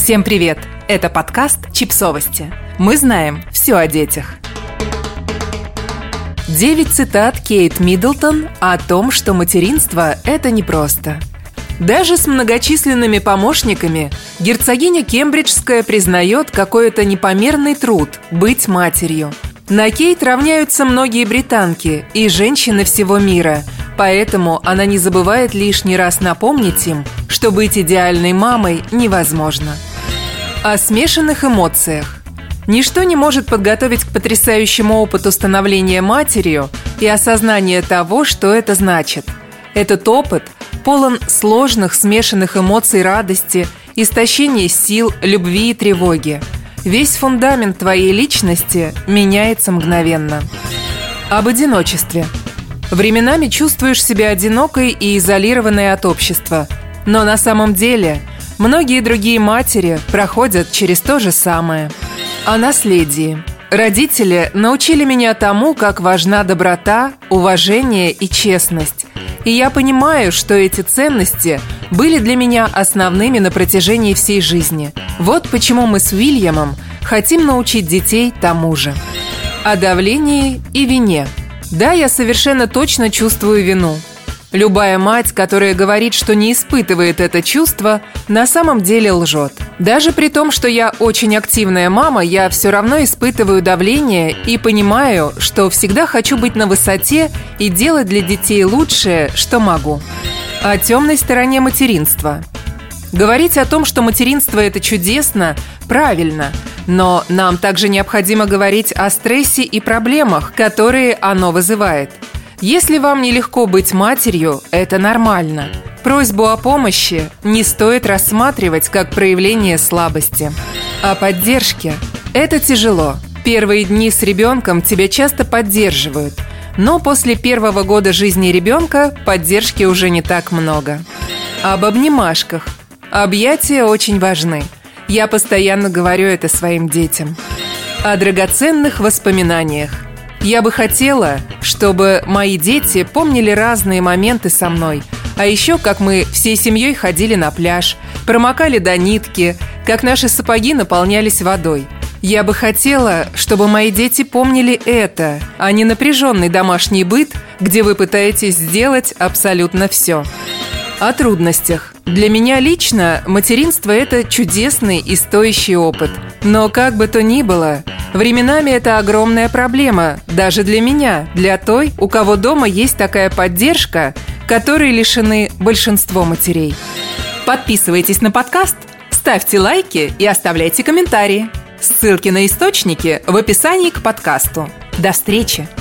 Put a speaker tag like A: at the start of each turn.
A: Всем привет! Это подкаст «Чипсовости». Мы знаем все о детях. 9 цитат Кейт Миддлтон о том, что материнство – это непросто. Даже с многочисленными помощниками герцогиня Кембриджская признает, какой это непомерный труд – быть матерью. На Кейт равняются многие британки и женщины всего мира, поэтому она не забывает лишний раз напомнить им, что быть идеальной мамой невозможно. О смешанных эмоциях. Ничто не может подготовить к потрясающему опыту становления матерью и осознания того, что это значит. Этот опыт полон сложных смешанных эмоций радости, истощения сил, любви и тревоги. Весь фундамент твоей личности меняется мгновенно. Об одиночестве. Временами чувствуешь себя одинокой и изолированной от общества. Но на самом деле многие другие матери проходят через то же самое. О наследии. Родители научили меня тому, как важна доброта, уважение и честность. И я понимаю, что эти ценности были для меня основными на протяжении всей жизни. Вот почему мы с Уильямом хотим научить детей тому же. О давлении и вине. Да, я совершенно точно чувствую вину. Любая мать, которая говорит, что не испытывает это чувство, на самом деле лжет. Даже при том, что я очень активная мама, я все равно испытываю давление и понимаю, что всегда хочу быть на высоте и делать для детей лучшее, что могу. О темной стороне материнства. Говорить о том, что материнство – это чудесно, правильно, но нам также необходимо говорить о стрессе и проблемах, которые оно вызывает. Если вам нелегко быть матерью, это нормально. Просьбу о помощи не стоит рассматривать как проявление слабости. О поддержке. Это тяжело. Первые дни с ребенком тебя часто поддерживают, но после первого года жизни ребенка поддержки уже не так много. Об обнимашках. Объятия очень важны. Я постоянно говорю это своим детям. О драгоценных воспоминаниях. Я бы хотела, чтобы мои дети помнили разные моменты со мной, а еще как мы всей семьей ходили на пляж, промокали до нитки, как наши сапоги наполнялись водой. Я бы хотела, чтобы мои дети помнили это, а не напряженный домашний быт, где вы пытаетесь сделать абсолютно все. О трудностях. Для меня лично материнство – это чудесный и стоящий опыт. Но как бы то ни было, временами это огромная проблема, даже для меня, для той, у кого дома есть такая поддержка, которой лишены большинство матерей. Подписывайтесь на подкаст, ставьте лайки и оставляйте комментарии. Ссылки на источники в описании к подкасту. До встречи!